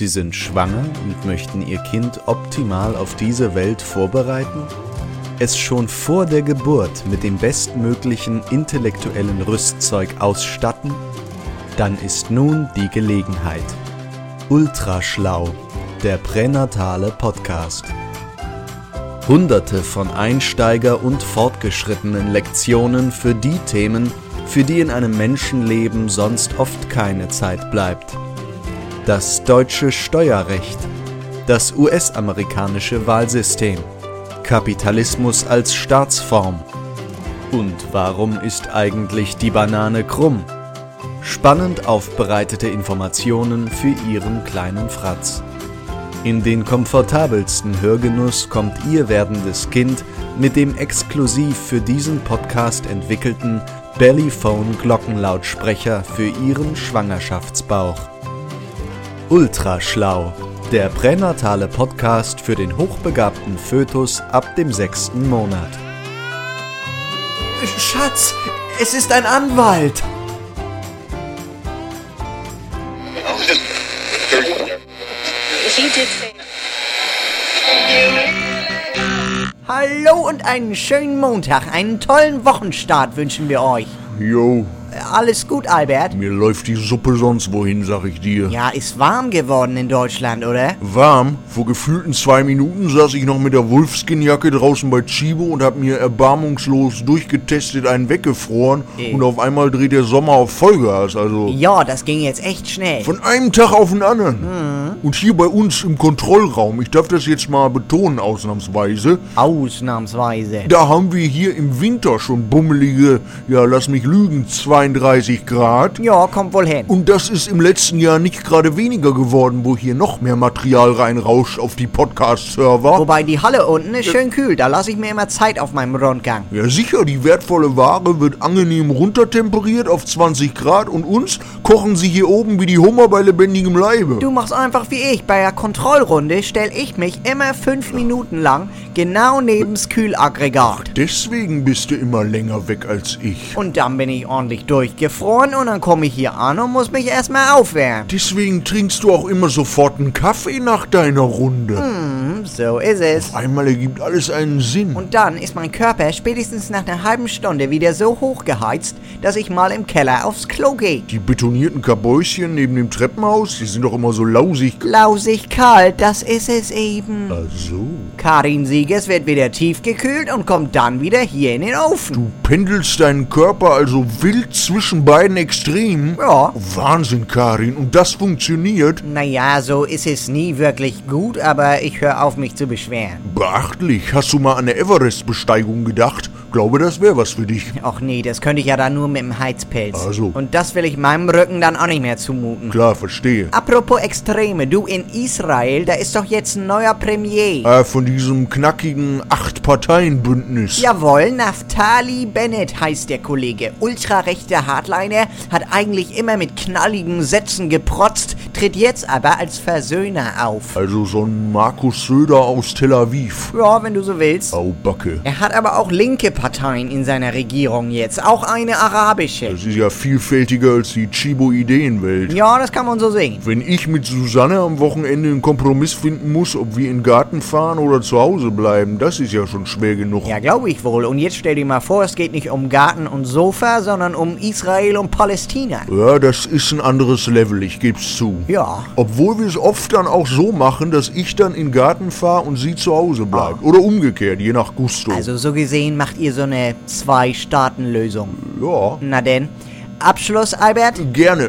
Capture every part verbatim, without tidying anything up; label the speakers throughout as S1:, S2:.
S1: Sie sind schwanger und möchten ihr Kind optimal auf diese Welt vorbereiten? Es schon vor der Geburt mit dem bestmöglichen intellektuellen Rüstzeug ausstatten? Dann ist nun die Gelegenheit. Ultraschlau, der pränatale Podcast. Hunderte von Einsteiger- und fortgeschrittenen Lektionen für die Themen, für die in einem Menschenleben sonst oft keine Zeit bleibt. Das deutsche Steuerrecht, das U S-amerikanische Wahlsystem, Kapitalismus als Staatsform. Und warum ist eigentlich die Banane krumm? Spannend aufbereitete Informationen für Ihren kleinen Fratz. In den komfortabelsten Hörgenuss kommt Ihr werdendes Kind mit dem exklusiv für diesen Podcast entwickelten Bellyphone-Glockenlautsprecher für Ihren Schwangerschaftsbauch. Ultraschlau, der pränatale Podcast für den hochbegabten Fötus ab dem sechsten Monat.
S2: Schatz, es ist ein Anwalt! Hallo und einen schönen Montag, einen tollen Wochenstart wünschen wir euch.
S3: Jo.
S2: Alles gut, Albert?
S3: Mir läuft die Suppe sonst wohin, sag ich dir.
S2: Ja, ist warm geworden in Deutschland, oder?
S3: Warm? Vor gefühlten zwei Minuten saß ich noch mit der Wolfskinjacke draußen bei Chibo und hab mir erbarmungslos durchgetestet einen weggefroren.
S2: Ey.
S3: Und auf einmal dreht der Sommer auf Vollgas, also...
S2: Ja, das ging jetzt echt schnell.
S3: Von einem Tag auf den anderen. Mhm. Und hier bei uns im Kontrollraum, ich darf das jetzt mal betonen ausnahmsweise.
S2: Ausnahmsweise.
S3: Da haben wir hier im Winter schon bummelige, ja lass mich lügen, zweiunddreißig Grad.
S2: Ja, kommt wohl hin.
S3: Und das ist im letzten Jahr nicht gerade weniger geworden, wo hier noch mehr Material reinrauscht auf die Podcast-Server.
S2: Wobei die Halle unten ist schön kühl, da lasse ich mir immer Zeit auf meinem Rundgang.
S3: Ja sicher, die wertvolle Ware wird angenehm runtertemperiert auf zwanzig Grad und uns kochen sie hier oben wie die Hummer bei lebendigem Leibe.
S2: Du machst einfach wie ich. Bei der Kontrollrunde stelle ich mich immer fünf Minuten lang genau neben's Kühlaggregat.
S3: Deswegen bist du immer länger weg als ich.
S2: Und dann bin ich ordentlich durchgefroren und dann komme ich hier an und muss mich erstmal aufwärmen.
S3: Deswegen trinkst du auch immer sofort einen Kaffee nach deiner Runde.
S2: Hm, so ist es.
S3: Auf einmal ergibt alles einen Sinn.
S2: Und dann ist mein Körper spätestens nach einer halben Stunde wieder so hochgeheizt, dass ich mal im Keller aufs Klo gehe.
S3: Die betonierten Kabäuschen neben dem Treppenhaus, die sind doch immer so lausig.
S2: Lausig kalt, das ist es eben.
S3: Ach so.
S2: Karin Siegers wird wieder tiefgekühlt und kommt dann wieder hier in den Ofen.
S3: Du pendelst deinen Körper also wild zwischen beiden Extremen?
S2: Ja.
S3: Wahnsinn, Karin. Und das funktioniert?
S2: Naja, so ist es nie wirklich gut, aber ich höre auf, mich zu beschweren.
S3: Beachtlich. Hast du mal an der Everest-Besteigung gedacht? Glaube, das wäre was für dich.
S2: Och nee, das könnte ich ja dann nur mit dem Heizpilz.
S3: Ach so.
S2: Und das will ich meinem Rücken dann auch nicht mehr zumuten.
S3: Klar, verstehe.
S2: Apropos Extreme, du, in Israel, da ist doch jetzt ein neuer Premier.
S3: Äh, von diesem knackigen Acht-Parteien-Bündnis.
S2: Jawohl, Naftali Bennett heißt der Kollege. Ultrarechter Hardliner, hat eigentlich immer mit knalligen Sätzen geprotzt, tritt jetzt aber als Versöhner auf.
S3: Also so ein Markus Söder aus Tel Aviv.
S2: Ja, wenn du so willst.
S3: Au Backe.
S2: Er hat aber auch linke Parteien in seiner Regierung jetzt, auch eine arabische.
S3: Das ist ja vielfältiger als die Chibo-Ideenwelt.
S2: Ja, das kann man so sehen.
S3: Wenn ich mit Susanne am Wochenende einen Kompromiss finden muss, ob wir in den Garten fahren oder zu Hause bleiben, das ist ja schon schwer genug.
S2: Ja, glaube ich wohl. Und jetzt stell dir mal vor, es geht nicht um Garten und Sofa, sondern um Israel und Palästina.
S3: Ja, das ist ein anderes Level, ich geb's zu.
S2: Ja.
S3: Obwohl wir es oft dann auch so machen, dass ich dann in den Garten fahre und sie zu Hause bleibt.
S2: Ah.
S3: Oder umgekehrt, je nach Gusto.
S2: Also so gesehen macht ihr so eine Zwei-Staaten-Lösung.
S3: Ja.
S2: Na denn, Abschluss, Albert?
S3: Gerne.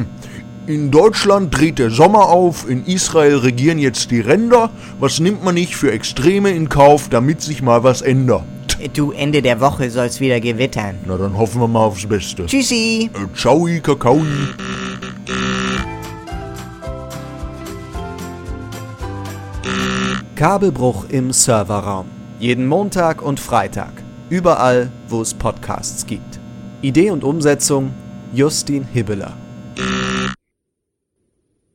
S3: In Deutschland dreht der Sommer auf, in Israel regieren jetzt die Ränder. Was nimmt man nicht für Extreme in Kauf, damit sich mal was ändert?
S2: Du, Ende der Woche soll's wieder gewittern.
S3: Na, dann hoffen wir mal aufs Beste.
S2: Tschüssi.
S3: Äh, ciao, Kakao.
S1: Kabelbruch im Serverraum. Jeden Montag und Freitag. Überall, wo es Podcasts gibt. Idee und Umsetzung: Justin Hibbeler.